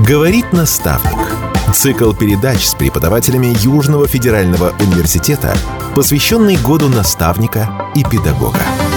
Говорит наставник. Цикл передач с преподавателями Южного федерального университета, посвященный году наставника и педагога.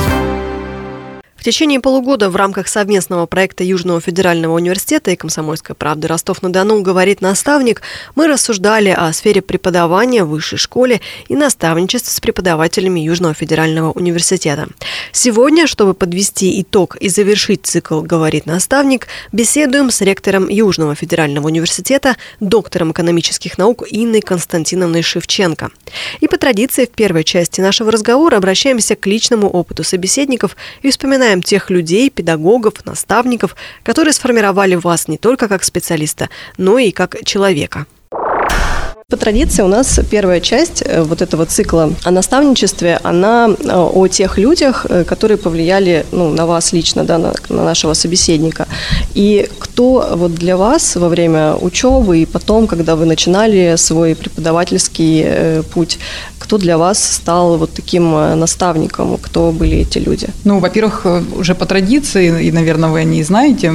В течение полугода в рамках совместного проекта Южного федерального университета и «Комсомольской правды» Ростов-на-Дону «Говорит наставник» мы рассуждали о сфере преподавания в высшей школе и наставничестве с преподавателями Южного федерального университета. Сегодня, чтобы подвести итог и завершить цикл «Говорит наставник», беседуем с ректором Южного федерального университета, доктором экономических наук Инной Константиновной Шевченко. И по традиции в первой части нашего разговора обращаемся к личному опыту собеседников и вспоминаем тех людей, педагогов, наставников, которые сформировали вас не только как специалиста, но и как человека. По традиции у нас первая часть вот этого цикла о наставничестве, она о тех людях, которые повлияли на вас лично, на нашего собеседника. И кто вот для вас во время учебы и потом, когда вы начинали свой преподавательский путь, кто для вас стал вот таким наставником, кто были эти люди? Во-первых, уже по традиции, и, наверное, вы о ней знаете,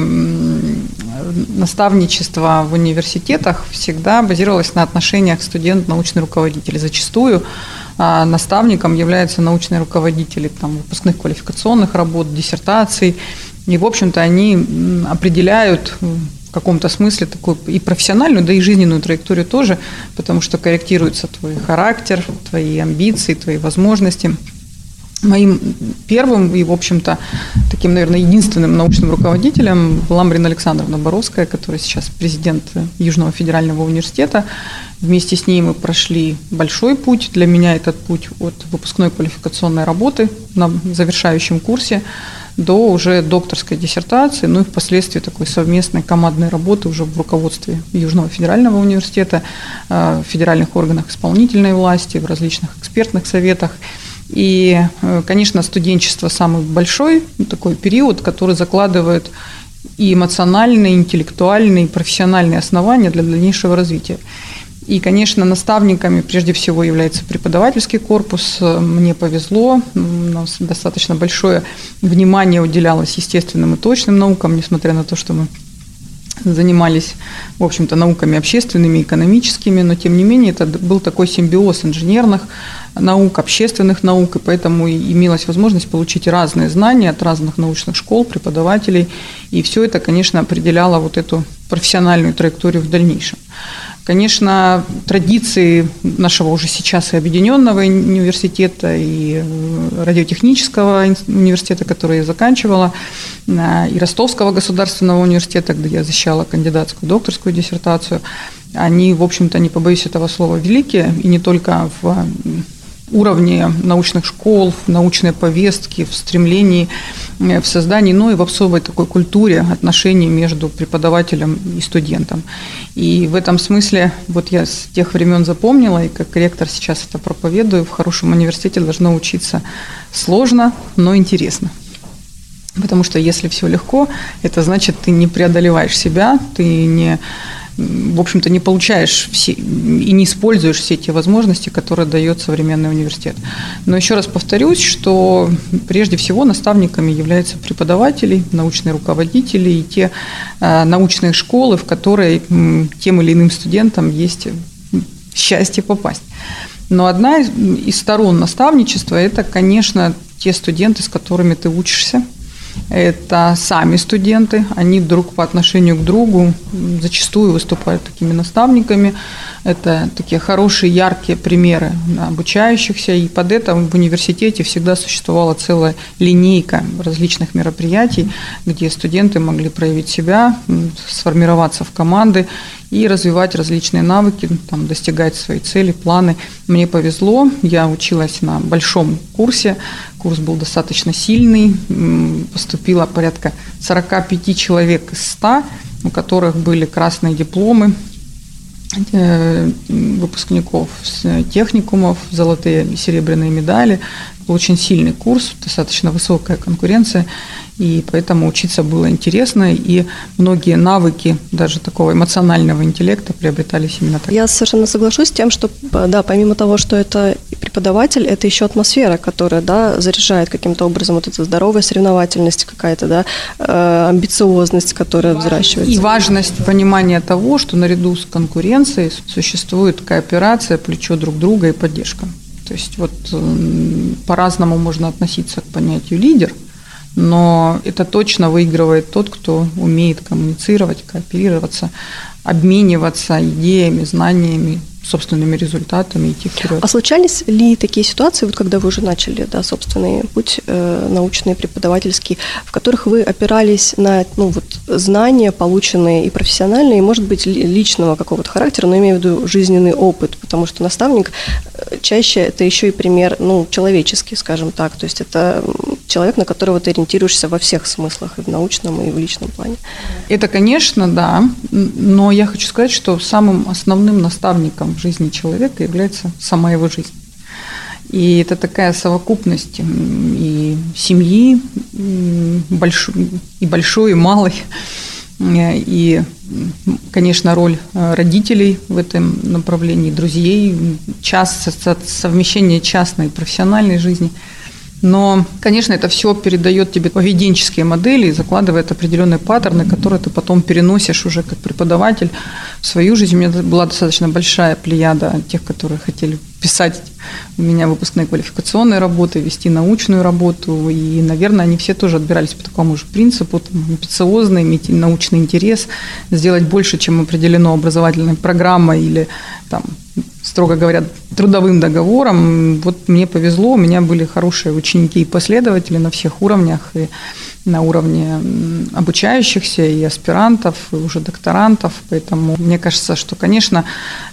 наставничество в университетах всегда базировалось на отношениях студент-научный руководитель. Зачастую наставником являются научные руководители выпускных квалификационных работ, диссертаций. И, в общем-то, они определяют в каком-то смысле такую и профессиональную, да и жизненную траекторию тоже, потому что корректируется твой характер, твои амбиции, твои возможности. Моим первым и, в общем-то, таким, наверное, единственным научным руководителем была Марина Александровна Боровская, которая сейчас президент Южного федерального университета. Вместе с ней мы прошли большой путь. Для меня этот путь от выпускной квалификационной работы на завершающем курсе до уже докторской диссертации, и впоследствии такой совместной командной работы уже в руководстве Южного федерального университета, в федеральных органах исполнительной власти, в различных экспертных советах. И, конечно, студенчество самый большой такой период, который закладывает и эмоциональные, и интеллектуальные, и профессиональные основания для дальнейшего развития. И, конечно, наставниками прежде всего является преподавательский корпус. Мне повезло, у нас достаточно большое внимание уделялось естественным и точным наукам, несмотря на то, что мы занимались, в общем-то, науками общественными, экономическими, но, тем не менее, это был такой симбиоз инженерных наук, общественных наук, и поэтому имелась возможность получить разные знания от разных научных школ, преподавателей, и все это, конечно, определяло вот эту профессиональную траекторию в дальнейшем. Конечно, традиции нашего уже сейчас и объединенного университета, и радиотехнического университета, который я заканчивала, и Ростовского государственного университета, где я защищала кандидатскую, докторскую диссертацию, они, в общем-то, не побоюсь этого слова, великие, и не только в уровне научных школ, в научной повестке, в стремлении, в создании, но и в особой такой культуре отношений между преподавателем и студентом. И в этом смысле, вот я с тех времен запомнила, и как ректор сейчас это проповедую, в хорошем университете должно учиться сложно, но интересно. Потому что если все легко, это значит, ты не преодолеваешь себя, ты не, в общем-то, не получаешь все и не используешь все те возможности, которые дает современный университет. Но еще раз повторюсь, что прежде всего наставниками являются преподаватели, научные руководители и те научные школы, в которые тем или иным студентам есть счастье попасть. Но одна из сторон наставничества – это, конечно, те студенты, с которыми ты учишься. Это сами студенты, они друг по отношению к другу зачастую выступают такими наставниками. Это такие хорошие, яркие примеры обучающихся, и под это в университете всегда существовала целая линейка различных мероприятий, где студенты могли проявить себя, сформироваться в команды и развивать различные навыки, достигать свои цели, планы. Мне повезло, я училась на большом курсе, курс был достаточно сильный, поступило порядка 45 человек из 100, у которых были красные дипломы выпускников техникумов, золотые и серебряные медали. Был очень сильный курс, достаточно высокая конкуренция, и поэтому учиться было интересно, и многие навыки даже такого эмоционального интеллекта приобретались именно так. Я совершенно соглашусь с тем, что, да, помимо того, что это преподаватель – это еще атмосфера, которая, да, заряжает каким-то образом вот эта здоровая соревновательность какая-то, да, амбициозность, которая взращивается. И важность понимания того, что наряду с конкуренцией существует кооперация, плечо друг друга и поддержка. То есть вот по-разному можно относиться к понятию «лидер», но это точно выигрывает тот, кто умеет коммуницировать, кооперироваться, обмениваться идеями, знаниями, собственными результатами, идти вперед. А случались ли такие ситуации, вот когда вы уже начали, да, собственный путь научный, преподавательский, в которых вы опирались на, ну, вот, знания, полученные и профессиональные, и, может быть, личного какого-то характера, но имею в виду жизненный опыт, потому что наставник чаще это еще и пример, ну, человеческий, скажем так, то есть это человек, на которого ты ориентируешься во всех смыслах, и в научном, и в личном плане. Это, конечно, да, но я хочу сказать, что самым основным наставником в жизни человека является сама его жизнь. И это такая совокупность и семьи, и большой, и малой, и, конечно, роль родителей в этом направлении, друзей, совмещение частной и профессиональной жизни. Но, конечно, это все передает тебе поведенческие модели и закладывает определенные паттерны, которые ты потом переносишь уже как преподаватель в свою жизнь. У меня была достаточно большая плеяда тех, которые хотели писать у меня выпускные квалификационные работы, вести научную работу. И, наверное, они все тоже отбирались по такому же принципу, амбициозно, иметь научный интерес, сделать больше, чем определено образовательной программой или, там, строго говоря, трудовым договором. Вот мне повезло, у меня были хорошие ученики и последователи на всех уровнях, и на уровне обучающихся, и аспирантов, и уже докторантов. Поэтому мне кажется, что, конечно,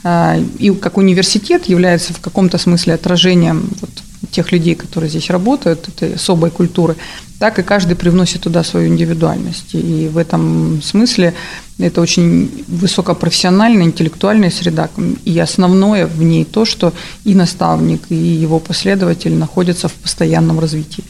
и как университет является в каком-то смысле отражением вот тех людей, которые здесь работают, этой особой культуры, так и каждый привносит туда свою индивидуальность. И в этом смысле это очень высокопрофессиональная, интеллектуальная среда. И основное в ней то, что и наставник, и его последователь находятся в постоянном развитии.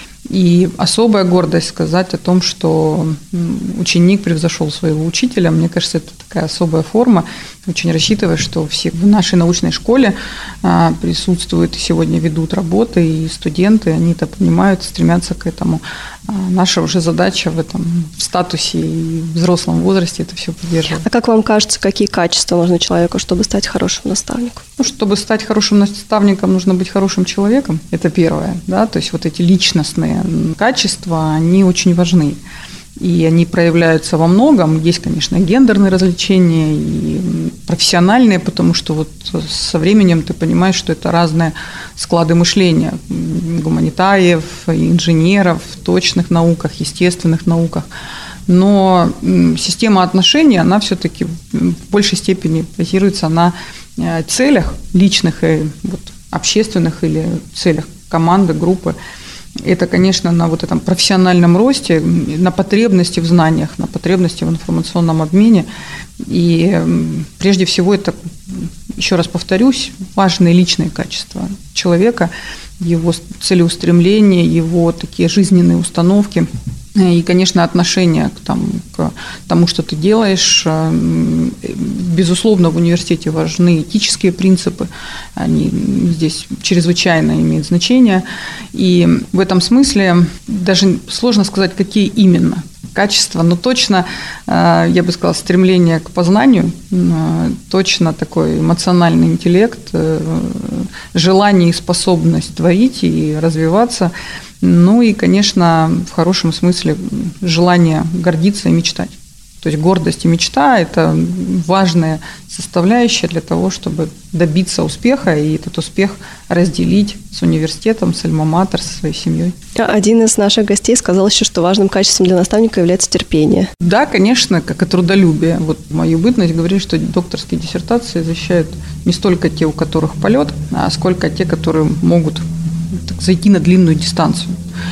И особая гордость сказать о том, что ученик превзошел своего учителя. Мне кажется, это такая особая форма. Очень рассчитываю, что все в нашей научной школе присутствуют и сегодня ведут работы, и студенты, они это понимают, стремятся к этому. Наша уже задача в этом статусе и в взрослом возрасте это все поддерживать. А как вам кажется, какие качества нужны человеку, чтобы стать хорошим наставником? Ну, чтобы стать хорошим наставником, нужно быть хорошим человеком. Это первое. Да? То есть вот эти личностные качества, они очень важны. И они проявляются во многом. Есть, конечно, гендерные различия и профессиональные, потому что вот со временем ты понимаешь, что это разные склады мышления гуманитариев, инженеров, в точных науках, естественных науках. Но система отношений, она все-таки в большей степени базируется на целях личных и вот общественных или целях команды, группы. Это, конечно, на вот этом профессиональном росте, на потребности в знаниях, на потребности в информационном обмене. И прежде всего это, еще раз повторюсь, важные личные качества человека, его целеустремления, его такие жизненные установки. И, конечно, отношение к тому, что ты делаешь. Безусловно, в университете важны этические принципы. Они здесь чрезвычайно имеют значение. И в этом смысле даже сложно сказать, какие именно качества, но точно, я бы сказала, стремление к познанию, точно такой эмоциональный интеллект, желание и способность творить и развиваться. Ну и, конечно, в хорошем смысле желание гордиться и мечтать. То есть гордость и мечта – это важная составляющая для того, чтобы добиться успеха и этот успех разделить с университетом, с альма-матер, со своей семьей. Один из наших гостей сказал еще, что важным качеством для наставника является терпение. Да, конечно, как и трудолюбие. Вот в мою бытность говорили, что докторские диссертации защищают не столько те, у которых полет, а сколько те, которые могут зайти на длинную дистанцию.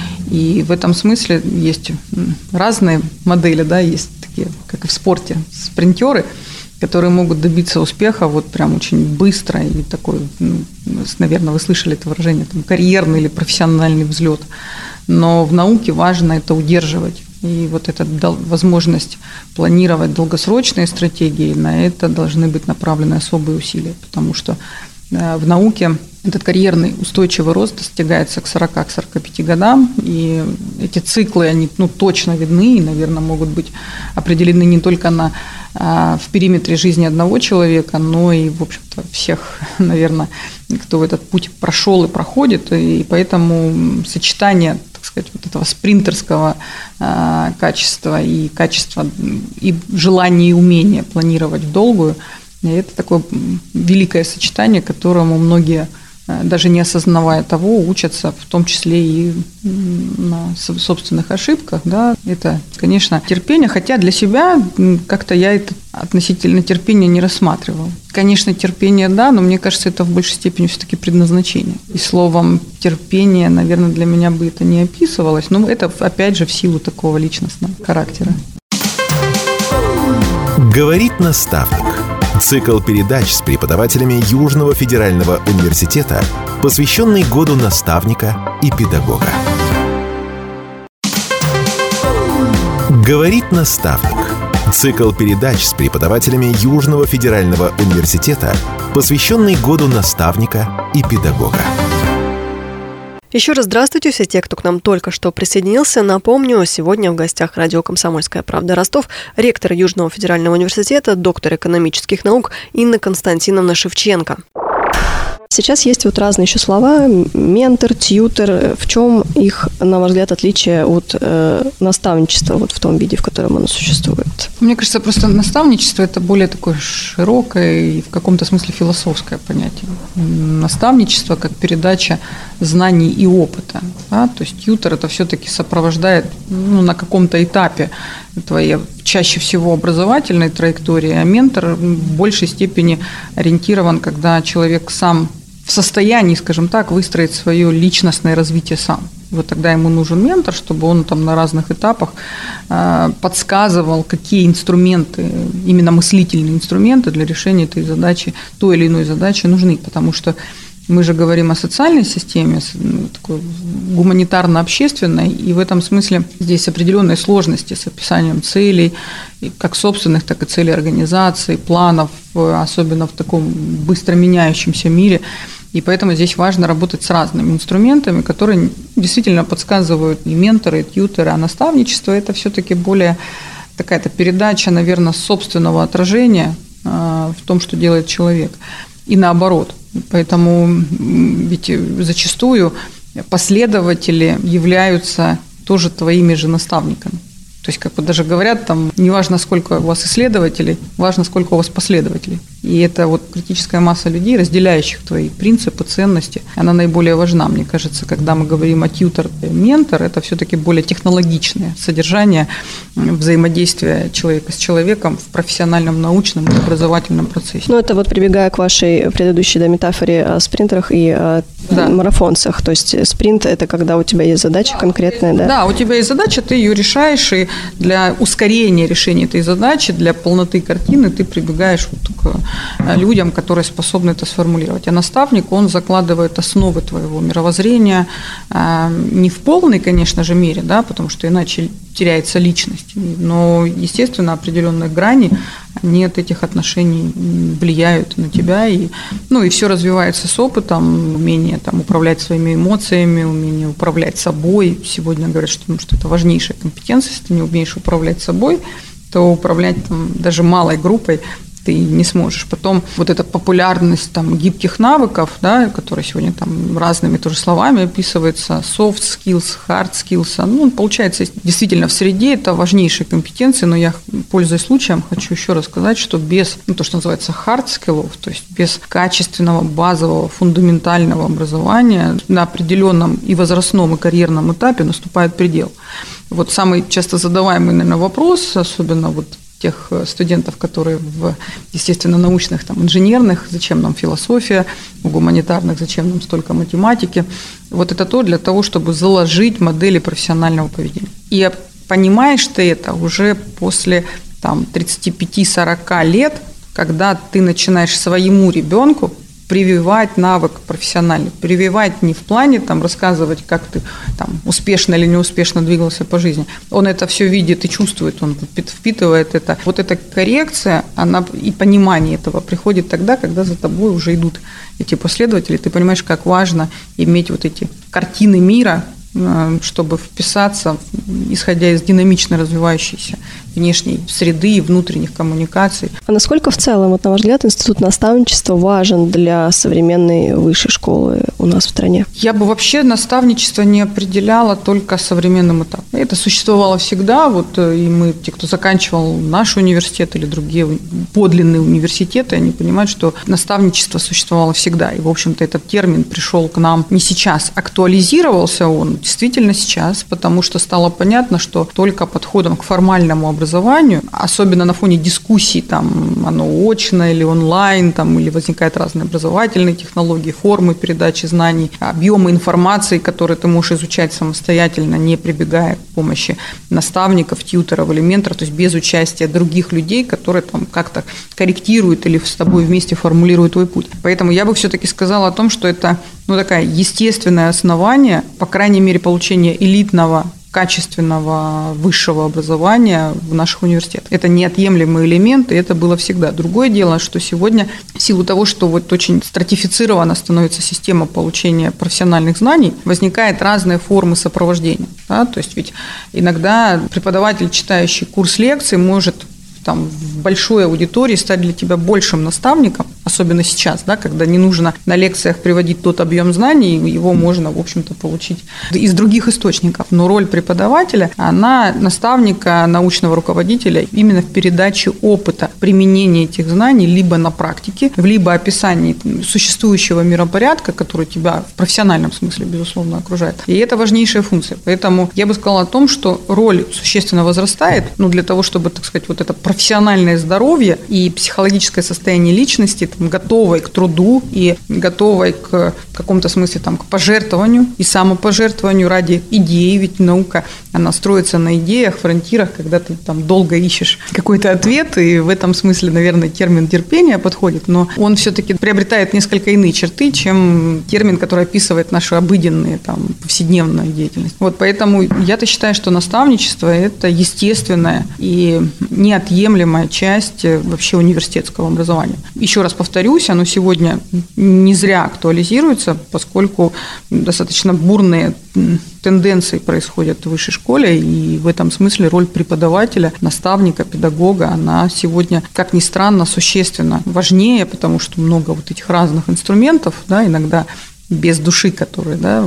И в этом смысле есть разные модели, да, есть такие, как и в спорте, спринтеры, которые могут добиться успеха вот прям очень быстро и такой, наверное, вы слышали это выражение, там, карьерный или профессиональный взлет. Но в науке важно это удерживать. И вот эта возможность планировать долгосрочные стратегии, на это должны быть направлены особые усилия, потому что в науке этот карьерный устойчивый рост достигается к 40-45 годам, и эти циклы, они точно видны и, наверное, могут быть определены не только в периметре жизни одного человека, но и, в общем-то, всех, наверное, кто этот путь прошел и проходит, и поэтому сочетание, так сказать, вот этого спринтерского качества и желания и умения планировать в долгую, это такое великое сочетание, которому многие, даже не осознавая того, учатся, в том числе и на собственных ошибках. Да. Это, конечно, терпение, хотя для себя как-то я это относительно терпения не рассматривала. Конечно, терпение, да, но мне кажется, это в большей степени все-таки предназначение. И словом терпение, наверное, для меня бы это не описывалось, но это, опять же, в силу такого личностного характера. Говорит наставник. Цикл передач с преподавателями Южного федерального университета, посвященный году наставника и педагога. Говорит наставник. Цикл передач с преподавателями Южного федерального университета, посвященный году наставника и педагога. Еще раз здравствуйте, все те, кто к нам только что присоединился. Напомню, сегодня в гостях радио «Комсомольская правда» Ростов ректор Южного федерального университета, доктор экономических наук Инна Константиновна Шевченко. Сейчас есть вот разные еще слова: ментор, тьютер. В чем их, на ваш взгляд, отличие от наставничества вот в том виде, в котором оно существует? Мне кажется, просто наставничество – это более такое широкое и в каком-то смысле философское понятие. Наставничество как передача знаний и опыта. Да? То есть тьютер – это все-таки сопровождает на каком-то этапе твоей чаще всего образовательной траектории, а ментор в большей степени ориентирован, когда человек сам в состоянии, скажем так, выстроить свое личностное развитие сам. Вот тогда ему нужен ментор, чтобы он там на разных этапах подсказывал, какие инструменты, именно мыслительные инструменты для решения этой задачи, той или иной задачи нужны. Потому что мы же говорим о социальной системе, такой гуманитарно-общественной, и в этом смысле здесь определенные сложности с описанием целей, как собственных, так и целей организации, планов, особенно в таком быстро меняющемся мире. И поэтому здесь важно работать с разными инструментами, которые действительно подсказывают и менторы, и тьютеры, а наставничество – это все-таки более такая-то передача, наверное, собственного отражения в том, что делает человек, и наоборот. Поэтому ведь зачастую последователи являются тоже твоими же наставниками. То есть, как бы даже говорят, там, не важно, сколько у вас исследователей, важно, сколько у вас последователей. И это вот критическая масса людей, разделяющих твои принципы, ценности, она наиболее важна. Мне кажется, когда мы говорим о тьютер-ментор, это все-таки более технологичное содержание взаимодействия человека с человеком в профессиональном, научном и образовательном процессе. Ну, это вот прибегая к вашей предыдущей метафоре о спринтерах и о марафонцах. То есть спринт – это когда у тебя есть задача конкретная, да? Да, у тебя есть задача, ты ее решаешь, и для ускорения решения этой задачи, для полноты картины ты прибегаешь вот к людям, которые способны это сформулировать. А наставник, он закладывает основы твоего мировоззрения не в полной, конечно же, мере, да, потому что иначе теряется личность, но, естественно, определенные грани, они от этих отношений влияют на тебя, и все развивается с опытом, умение там управлять своими эмоциями, умение управлять собой. Сегодня говорят, что это важнейшая компетенция. Если ты не умеешь управлять собой, то управлять даже малой группой ты не сможешь. Потом вот эта популярность гибких навыков, да, которые сегодня разными тоже словами описывается, soft skills, hard skills, получается, действительно в среде это важнейшие компетенции, но я, пользуясь случаем, хочу еще раз сказать, что без, то, что называется hard skills, то есть без качественного, базового, фундаментального образования на определенном и возрастном, и карьерном этапе наступает предел. Вот самый часто задаваемый, наверное, вопрос, особенно вот тех студентов, которые в естественно-научных, инженерных, зачем нам философия, в гуманитарных, зачем нам столько математики. Вот это то для того, чтобы заложить модели профессионального поведения. И понимаешь ты это уже после 35-40 лет, когда ты начинаешь своему ребенку прививать навык профессиональный. Прививать не в плане там, рассказывать, как ты там, успешно или неуспешно двигался по жизни. Он это все видит и чувствует, он впитывает это. Вот эта коррекция, она и понимание этого приходит тогда, когда за тобой уже идут эти последователи. Ты понимаешь, как важно иметь вот эти картины мира, чтобы вписаться, исходя из динамично развивающейся внешней среды и внутренних коммуникаций. А насколько в целом, вот, на ваш взгляд, институт наставничества важен для современной высшей школы у нас в стране? Я бы вообще наставничество не определяла только современным этапом. Это существовало всегда, вот, и мы, те, кто заканчивал наш университет или другие подлинные университеты, они понимают, что наставничество существовало всегда. И, в общем-то, этот термин пришел к нам не сейчас, актуализировался он действительно сейчас, потому что стало понятно, что только подходом к формальному образованию, особенно на фоне дискуссий, там, оно очно или онлайн, там, или возникают разные образовательные технологии, формы передачи знаний, объемы информации, которые ты можешь изучать самостоятельно, не прибегая к помощи наставников, тьюторов или менторов, то есть без участия других людей, которые там как-то корректируют или с тобой вместе формулируют твой путь. Поэтому я бы все-таки сказала о том, что это такое естественное основание, по крайней мере, получения элитного, качественного высшего образования в наших университетах. Это неотъемлемый элемент, и это было всегда. Другое дело, что сегодня, в силу того, что вот очень стратифицирована становится система получения профессиональных знаний, возникают разные формы сопровождения. Да? То есть ведь иногда преподаватель, читающий курс лекций, может там, в большой аудитории стать для тебя большим наставником, особенно сейчас, да, когда не нужно на лекциях приводить тот объем знаний, его можно, в общем-то, получить из других источников. Но роль преподавателя, она наставника, научного руководителя именно в передаче опыта применения этих знаний либо на практике, либо описании существующего миропорядка, который тебя в профессиональном смысле, безусловно, окружает. И это важнейшая функция. Поэтому я бы сказала о том, что роль существенно возрастает, для того, чтобы, так сказать, вот это профессиональное здоровье и психологическое состояние личности, готовой к труду и готовой к каком-то смысле к пожертвованию и самопожертвованию ради идеи, ведь наука, она строится на идеях, фронтирах, когда ты долго ищешь какой-то ответ, и в этом смысле, наверное, термин терпения подходит, но он все-таки приобретает несколько иные черты, чем термин, который описывает нашу обыденную, повседневную деятельность. Поэтому я-то считаю, что наставничество – это естественная и неотъемлемая часть вообще университетского образования. Еще раз повторюсь, оно сегодня не зря актуализируется, поскольку достаточно бурные тенденции происходят в высшей школе, и в этом смысле роль преподавателя, наставника, педагога, она сегодня, как ни странно, существенно важнее, потому что много этих разных инструментов, да, иногда без души, которые, да,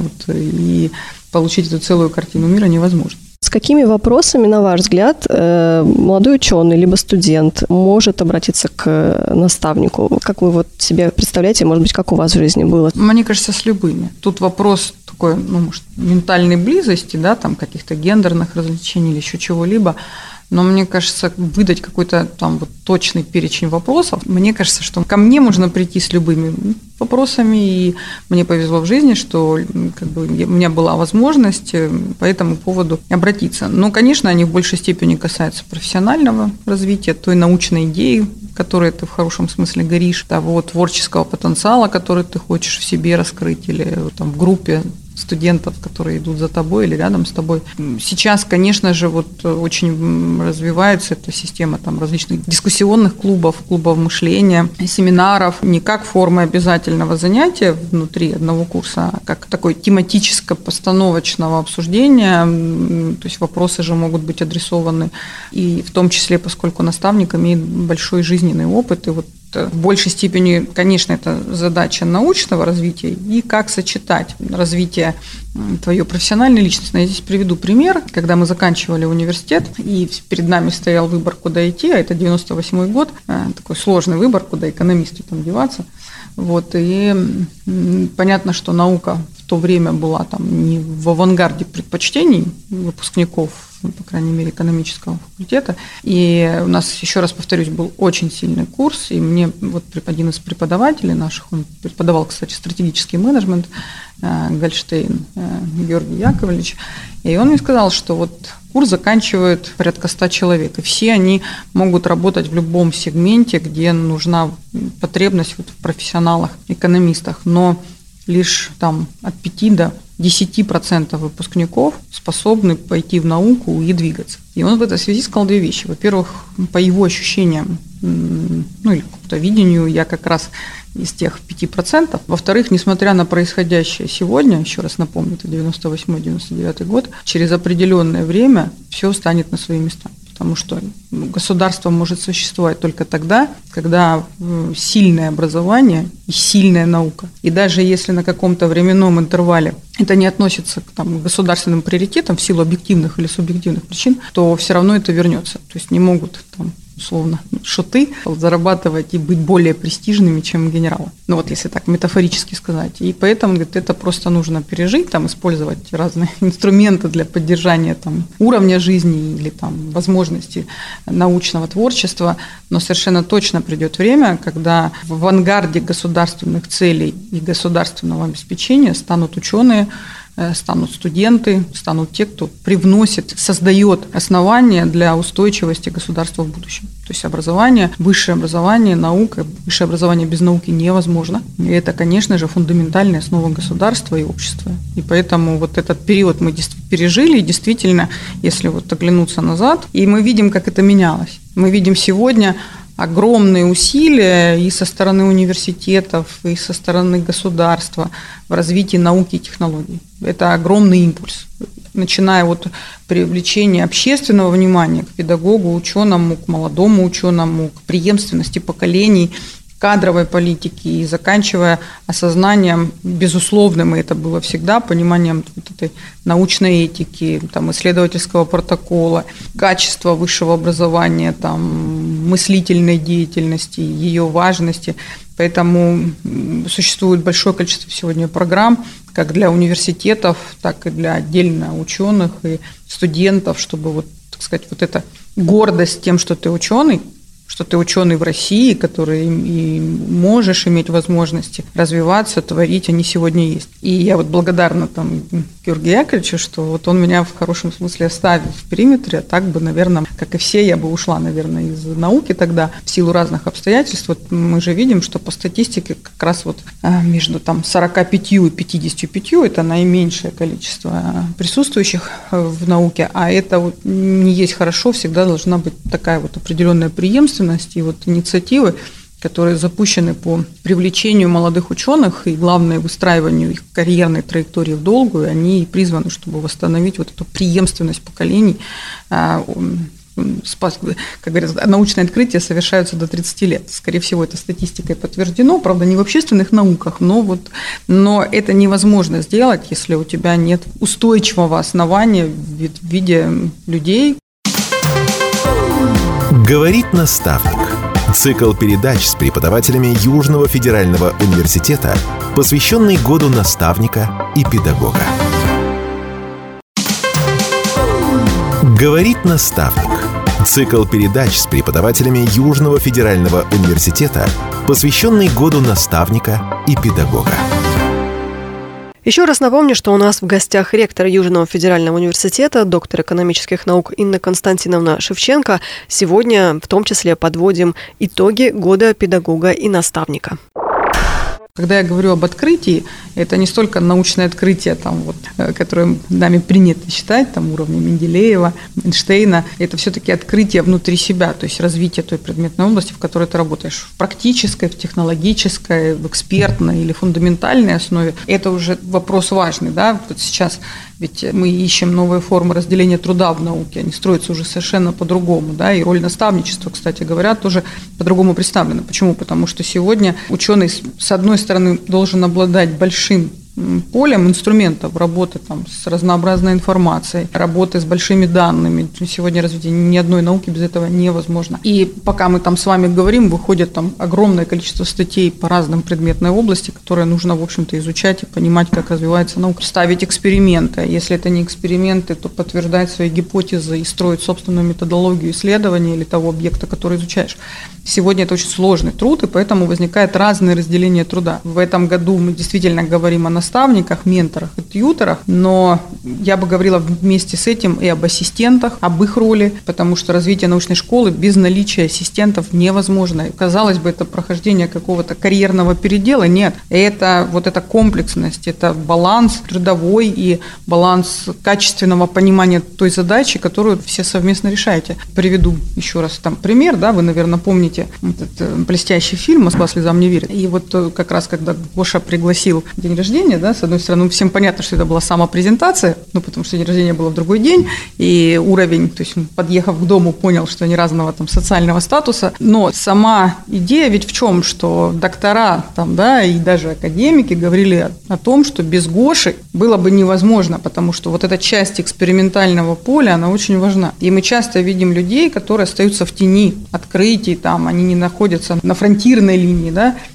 и получить эту целую картину мира невозможно. С какими вопросами, на ваш взгляд, молодой ученый либо студент может обратиться к наставнику? Как вы себе представляете, может быть, как у вас в жизни было? Мне кажется, с любыми. Тут вопрос такой, может, ментальной близости, да, каких-то гендерных развлечений или еще чего-либо. Но мне кажется, выдать какой-то точный перечень вопросов, мне кажется, что ко мне можно прийти с любыми вопросами, и мне повезло в жизни, что у меня была возможность по этому поводу обратиться. Но, конечно, они в большей степени касаются профессионального развития, той научной идеи, которой ты в хорошем смысле горишь, того творческого потенциала, который ты хочешь в себе раскрыть, или в группе студентов, которые идут за тобой или рядом с тобой. Сейчас, конечно же, очень развивается эта система различных дискуссионных клубов клубов мышления, семинаров, не как форма обязательного занятия внутри одного курса, а как такой тематическо-постановочного обсуждения, то есть вопросы же могут быть адресованы, и в том числе, поскольку наставник имеет большой жизненный опыт, и в большей степени, конечно, это задача научного развития, и как сочетать развитие твоей профессиональной личности. Я здесь приведу пример. Когда мы заканчивали университет, и перед нами стоял выбор, куда идти, а это 98-й год, такой сложный выбор, куда экономисту деваться. И понятно, что наука в то время была не в авангарде предпочтений выпускников, по крайней мере, экономического факультета. И у нас, еще раз повторюсь, был очень сильный курс, и мне один из преподавателей наших, он преподавал, кстати, стратегический менеджмент, Гольштейн Георгий Яковлевич, И он мне сказал, что вот курс заканчивает порядка 100 человек, и все они могут работать в любом сегменте, где нужна потребность в профессионалах, экономистах, но лишь там от 5 до 10% выпускников способны пойти в науку и двигаться. И он в этой связи сказал две вещи. Во-первых, по его ощущениям, или какому-то видению, я как раз из тех 5%. Во-вторых, несмотря на происходящее сегодня, еще раз напомню, это 98-99 год, через определенное время все станет на свои места. Потому что государство может существовать только тогда, когда сильное образование и сильная наука. И даже если на каком-то временном интервале это не относится к государственным приоритетам в силу объективных или субъективных причин, то все равно это вернется. То есть не могут условно шуты зарабатывать и быть более престижными, чем генералы. Если так метафорически сказать. И поэтому, говорит, это просто нужно пережить, использовать разные инструменты для поддержания уровня жизни или возможности научного творчества. Но совершенно точно придет время, когда в авангарде государственных целей и государственного обеспечения станут ученые, станут студенты, станут те, кто привносит, создает основания для устойчивости государства в будущем. То есть образование, высшее образование, наука, высшее образование без науки невозможно. И это, конечно же, фундаментальная основа государства и общества. И поэтому этот период мы пережили, и действительно, если оглянуться назад, и мы видим, как это менялось. Мы видим сегодня огромные усилия и со стороны университетов, и со стороны государства в развитии науки и технологий. Это огромный импульс. Начиная от привлечения общественного внимания к педагогу, ученому, к молодому ученому, к преемственности поколений, кадровой политики и заканчивая осознанием безусловным, и это было всегда, пониманием этой научной этики, исследовательского протокола, качества высшего образования, мыслительной деятельности, ее важности. Поэтому существует большое количество сегодня программ, как для университетов, так и для отдельно ученых и студентов, чтобы эта гордость тем, что ты ученый в России, который и можешь иметь возможности развиваться, творить, они сегодня есть. И я благодарна Георгию Яковлевичу, что он меня в хорошем смысле оставил в периметре, а так бы, наверное, как и все, я бы ушла, наверное, из науки тогда в силу разных обстоятельств. Мы же видим, что по статистике как раз между 45 и 55 это наименьшее количество присутствующих в науке, а это не есть хорошо, всегда должна быть такая определенная преемственность и инициативы, которые запущены по привлечению молодых ученых и, главное, выстраиванию их карьерной траектории в долгую, они призваны, чтобы восстановить эту преемственность поколений. Как говорят, научные открытия совершаются до 30 лет. Скорее всего, это статистикой подтверждено, правда, не в общественных науках, но это невозможно сделать, если у тебя нет устойчивого основания в виде людей. Говорит наставник. Цикл передач с преподавателями Южного федерального университета, посвященный году наставника и педагога. Говорит наставник. Цикл передач с преподавателями Южного федерального университета, посвященный году наставника и педагога. Еще раз напомню, что у нас в гостях ректор Южного федерального университета, доктор экономических наук Инна Константиновна Шевченко. Сегодня в том числе подводим итоги года педагога и наставника. Когда я говорю об открытии, это не столько научное открытие, которое нами принято считать, уровня Менделеева, Эйнштейна, это все-таки открытие внутри себя, то есть развитие той предметной области, в которой ты работаешь. В практической, в технологической, в экспертной или фундаментальной основе. Это уже вопрос важный, да, сейчас ведь мы ищем новые формы разделения труда в науке, они строятся уже совершенно по-другому, да, и роль наставничества, кстати говоря, тоже по-другому представлена. Почему? Потому что сегодня ученый, с одной стороны, должен обладать большим полем инструментов работы с разнообразной информацией, работы с большими данными. Сегодня развитие ни одной науки без этого невозможно. И пока мы с вами говорим, выходит огромное количество статей по разным предметной области, которые нужно, в общем-то, изучать и понимать, как развивается наука. Ставить эксперименты. Если это не эксперименты, то подтверждать свои гипотезы и строить собственную методологию исследования или того объекта, который изучаешь. Сегодня это очень сложный труд, и поэтому возникает разное разделение труда. В этом году мы действительно говорим о наставниках, менторах и тьюторах, но я бы говорила вместе с этим и об ассистентах, об их роли, потому что развитие научной школы без наличия ассистентов невозможно. Казалось бы, это прохождение какого-то карьерного передела. Нет, это вот эта комплексность, это баланс трудовой и баланс качественного понимания той задачи, которую все совместно решаете. Приведу еще раз пример, вы, наверное, помните этот блестящий фильм «Москва слезам не верит». И вот как раз, когда Гоша пригласил день рождения, с одной стороны, всем понятно, что это была самопрезентация, потому что день рождения было в другой день, и уровень, то есть, подъехав к дому, понял, что они разного социального статуса, но сама идея ведь в чем, что доктора и даже академики говорили о том, что без Гоши было бы невозможно, потому что вот эта часть экспериментального поля, она очень важна. И мы часто видим людей, которые остаются в тени открытий, они не находятся на фронтирной линии,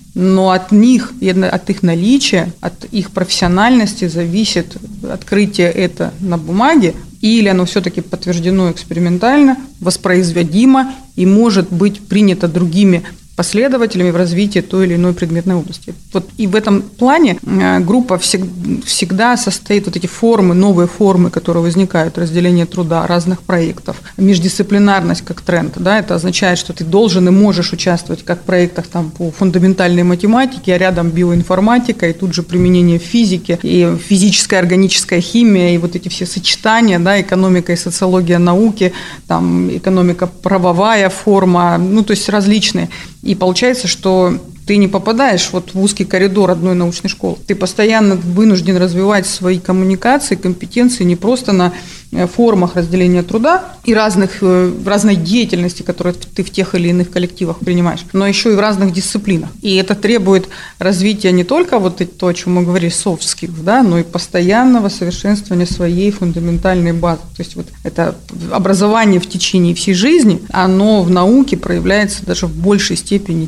но от них и от их наличия, от их профессиональности зависит открытие это на бумаге, или оно все-таки подтверждено экспериментально, воспроизводимо и может быть принято другими последователями в развитии той или иной предметной области. И в этом плане группа всегда состоит, эти формы, новые формы, которые возникают, разделение труда, разных проектов, междисциплинарность как тренд, это означает, что ты должен и можешь участвовать как в проектах по фундаментальной математике, а рядом биоинформатика, и тут же применение физики, и физическая, органическая химия, и эти все сочетания, экономика и социология науки, экономика правовая форма, то есть различные. И получается, что ты не попадаешь в узкий коридор одной научной школы. Ты постоянно вынужден развивать свои коммуникации, компетенции не просто на формах разделения труда и разной деятельности, которую ты в тех или иных коллективах принимаешь, но еще и в разных дисциплинах. И это требует развития не только то, о чем мы говорили, soft skills, но и постоянного совершенствования своей фундаментальной базы. То есть это образование в течение всей жизни, оно в науке проявляется даже в большей степени,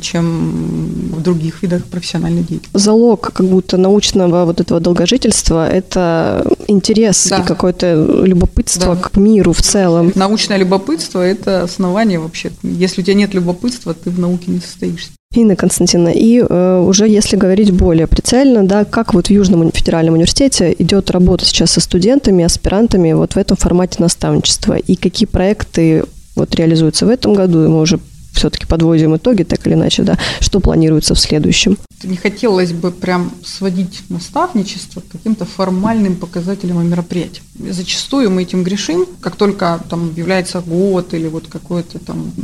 чем в других видах профессиональной деятельности. Залог как будто научного этого долгожительства – это интерес и какое-то любопытство к миру в целом. Научное любопытство – это основание вообще. Если у тебя нет любопытства, ты в науке не состоишься. Инна Константиновна, и уже если говорить более прицельно, как в Южном федеральном университете идет работа сейчас со студентами, аспирантами в этом формате наставничества, и какие проекты реализуются в этом году, и мы уже все-таки подводим итоги, так или иначе, что планируется в следующем? Не хотелось бы прям сводить наставничество к каким-то формальным показателям и мероприятиям. Зачастую мы этим грешим, как только объявляется год или какое-то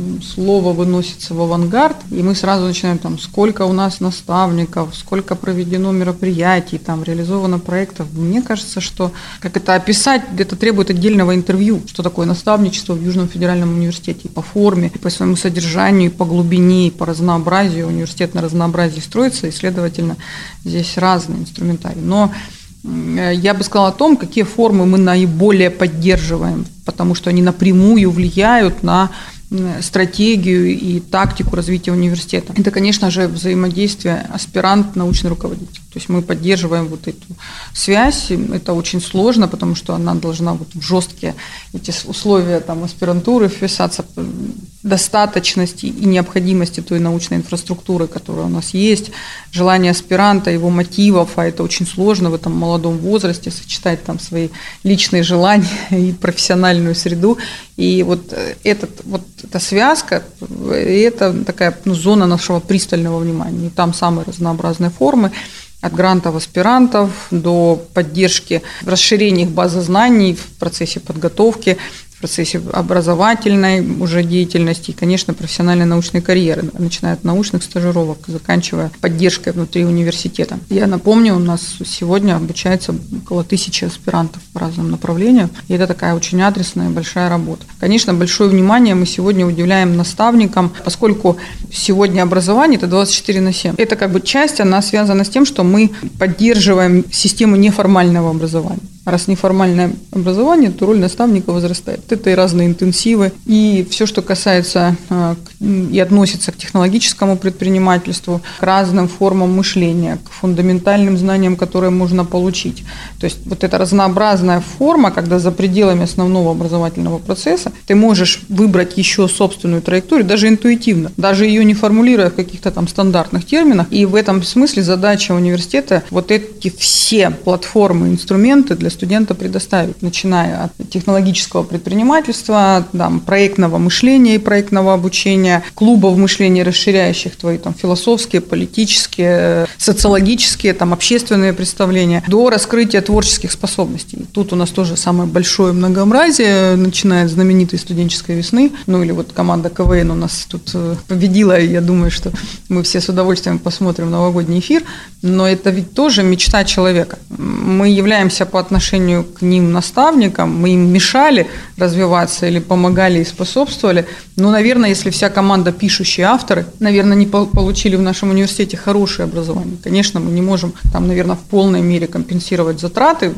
слово выносится в авангард, и мы сразу начинаем сколько у нас наставников, сколько проведено мероприятий, реализовано проектов. Мне кажется, что как это описать, это требует отдельного интервью, что такое наставничество в Южном федеральном университете, и по форме, и по своему содержанию, и по глубине, и по разнообразию. Университет на разнообразии строится, и, следовательно, здесь разный инструментарий. Но я бы сказала о том, какие формы мы наиболее поддерживаем, потому что они напрямую влияют на стратегию и тактику развития университета. Это, конечно же, взаимодействие аспирант-научный руководитель. То есть мы поддерживаем эту связь. Это очень сложно, потому что она должна в жесткие эти условия аспирантуры вписаться, достаточности и необходимости той научной инфраструктуры, которая у нас есть, желание аспиранта, его мотивов, а это очень сложно в этом молодом возрасте сочетать свои личные желания и профессиональную среду. И эта связка, это такая зона нашего пристального внимания. И там самые разнообразные формы, от грантов аспирантов до поддержки расширения их базы знаний в процессе подготовки, в процессе образовательной уже деятельности и, конечно, профессиональной научной карьеры, начиная от научных стажировок, заканчивая поддержкой внутри университета. Я напомню, у нас сегодня обучается около 1000 аспирантов по разным направлениям, и это такая очень адресная большая работа. Конечно, большое внимание мы сегодня уделяем наставникам, поскольку сегодня образование – это 24/7. Это часть, она связана с тем, что мы поддерживаем систему неформального образования. Раз неформальное образование, то роль наставника возрастает. Это и разные интенсивы, и все, что касается и относится к технологическому предпринимательству, к разным формам мышления, к фундаментальным знаниям, которые можно получить. То есть вот эта разнообразная форма, когда за пределами основного образовательного процесса ты можешь выбрать еще собственную траекторию, даже интуитивно, даже ее не формулируя в каких-то там стандартных терминах. И в этом смысле задача университета вот эти все платформы, инструменты для студента предоставить, начиная от технологического предпринимательства, там, проектного мышления и проектного обучения, клубов мышления, расширяющих твои там философские, политические, социологические, там, общественные представления, до раскрытия творческих способностей. Тут у нас тоже самое большое многообразие, начиная от знаменитой студенческой весны, ну или вот команда КВН у нас тут победила, и я думаю, что мы все с удовольствием посмотрим новогодний эфир, но это ведь тоже мечта человека. Мы являемся по отношению к ним наставником, мы им мешали развиваться или помогали и способствовали, но, наверное, если вся команда пишущие авторы, наверное, не получили в нашем университете хорошее образование. Конечно, мы не можем там, наверное, в полной мере компенсировать затраты,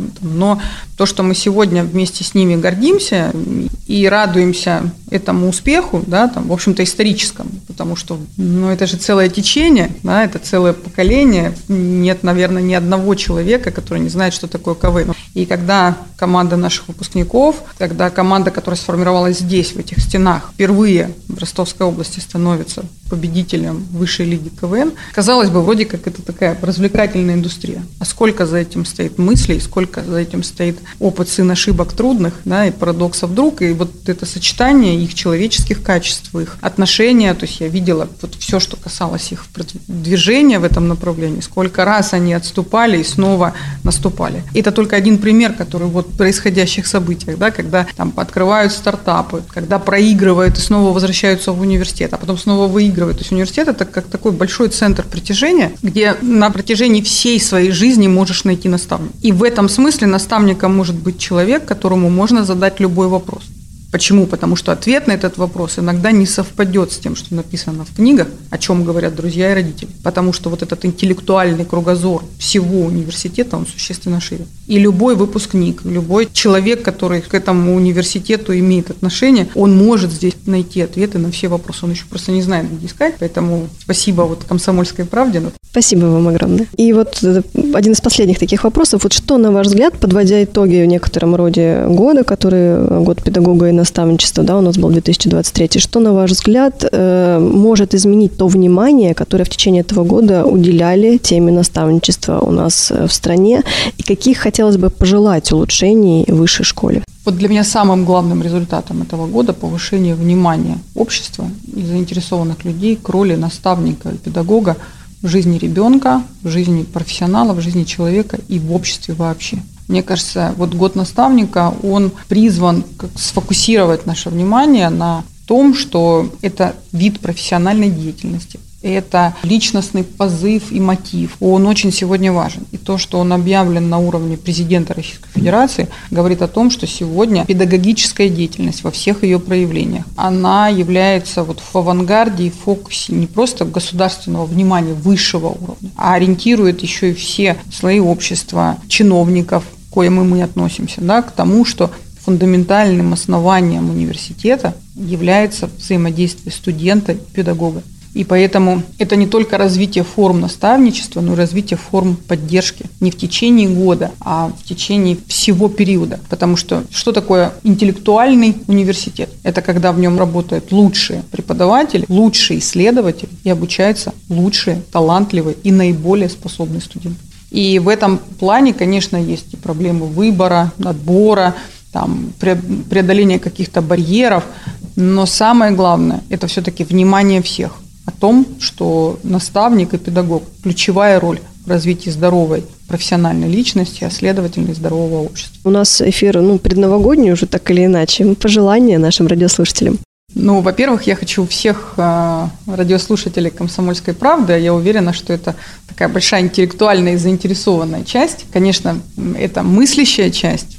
но то, что мы сегодня вместе с ними гордимся и радуемся этому успеху, да, там, в общем-то, историческому, потому что это же целое течение, да, это целое поколение, нет, наверное, ни одного человека, который не знает, что такое КВН. И когда команда наших выпускников, когда команда, которая сформировалась здесь, в этих стенах, впервые в Ростовской области становится победителем высшей лиги КВН, казалось бы, вроде как это такая развлекательная индустрия. А сколько за этим стоит мыслей, сколько за этим стоит опыт сын ошибок трудных, да, и парадоксов вдруг, и вот это сочетание их человеческих качеств, их отношения, то есть я видела вот все, что касалось их движения в этом направлении, сколько раз они отступали и снова наступали. Это только один пример, который вот в происходящих событиях, да, когда там открывают стартапы, когда проигрывают и снова возвращаются в университет, а потом снова выигрывают. То есть университет – это как такой большой центр притяжения, где на протяжении всей своей жизни можешь найти наставника. И в этом смысле наставником может быть человек, которому можно задать любой вопрос. Почему? Потому что ответ на этот вопрос иногда не совпадет с тем, что написано в книгах, о чем говорят друзья и родители. Потому что вот этот интеллектуальный кругозор всего университета, он существенно шире. И любой выпускник, любой человек, который к этому университету имеет отношение, он может здесь найти ответы на все вопросы. Он еще просто не знает, где искать. Поэтому спасибо вот «Комсомольской правде». Спасибо вам огромное. И вот один из последних таких вопросов. Вот что, на ваш взгляд, подводя итоги в некотором роде года, который год педагога и наставничества, да, у нас был 2023, что, на ваш взгляд, может изменить то внимание, которое в течение этого года уделяли теме наставничества у нас в стране, и каких хотелось бы пожелать улучшений в высшей школе? Вот для меня самым главным результатом этого года повышение внимания общества и заинтересованных людей к роли наставника и педагога в жизни ребенка, в жизни профессионала, в жизни человека и в обществе вообще. Мне кажется, вот год наставника, он призван сфокусировать наше внимание на том, что это вид профессиональной деятельности. Это личностный позыв и мотив. Он очень сегодня важен. И то, что он объявлен на уровне президента Российской Федерации, говорит о том, что сегодня педагогическая деятельность во всех ее проявлениях, она является вот в авангарде и фокусе не просто государственного внимания высшего уровня, а ориентирует еще и все слои общества, чиновников, к коим мы относимся, да, к тому, что фундаментальным основанием университета является взаимодействие студента и педагога. И поэтому это не только развитие форм наставничества, но и развитие форм поддержки. Не в течение года, а в течение всего периода. Потому что такое интеллектуальный университет? Это когда в нем работают лучшие преподаватели, лучшие исследователи и обучаются лучшие, талантливые и наиболее способные студенты. И в этом плане, конечно, есть и проблемы выбора, отбора, там, преодоления каких-то барьеров. Но самое главное – это все-таки внимание всех о том, что наставник и педагог – ключевая роль в развитии здоровой профессиональной личности, а следовательно и здорового общества. У нас эфир предновогодний уже так или иначе. Пожелания нашим радиослушателям. Во-первых, я хочу всех радиослушателей «Комсомольской правды», я уверена, что это такая большая интеллектуальная и заинтересованная часть. Конечно, это мыслящая часть,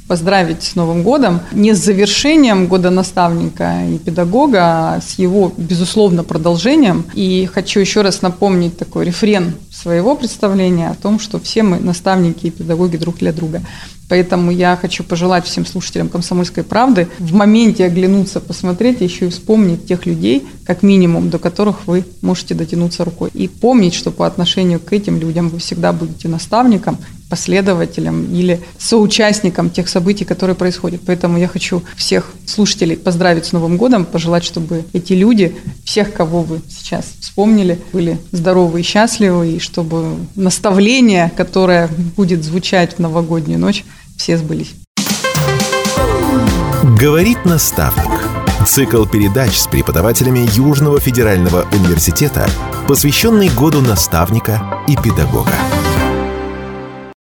поздравить с Новым годом, не с завершением года наставника и педагога, а с его, безусловно, продолжением. И хочу еще раз напомнить такой рефрен своего представления о том, что все мы наставники и педагоги друг для друга. Поэтому я хочу пожелать всем слушателям «Комсомольской правды» в моменте оглянуться, посмотреть, еще и вспомнить тех людей, как минимум, до которых вы можете дотянуться рукой. И помнить, что по отношению к этим людям вы всегда будете наставником, последователем или соучастником тех событий, которые происходят. Поэтому я хочу всех слушателей поздравить с Новым годом, пожелать, чтобы эти люди, всех, кого вы сейчас вспомнили, были здоровы и счастливы, и чтобы наставление, которое будет звучать в новогоднюю ночь, все сбылись. Говорит наставник. Цикл передач с преподавателями Южного федерального университета, посвященный году наставника и педагога.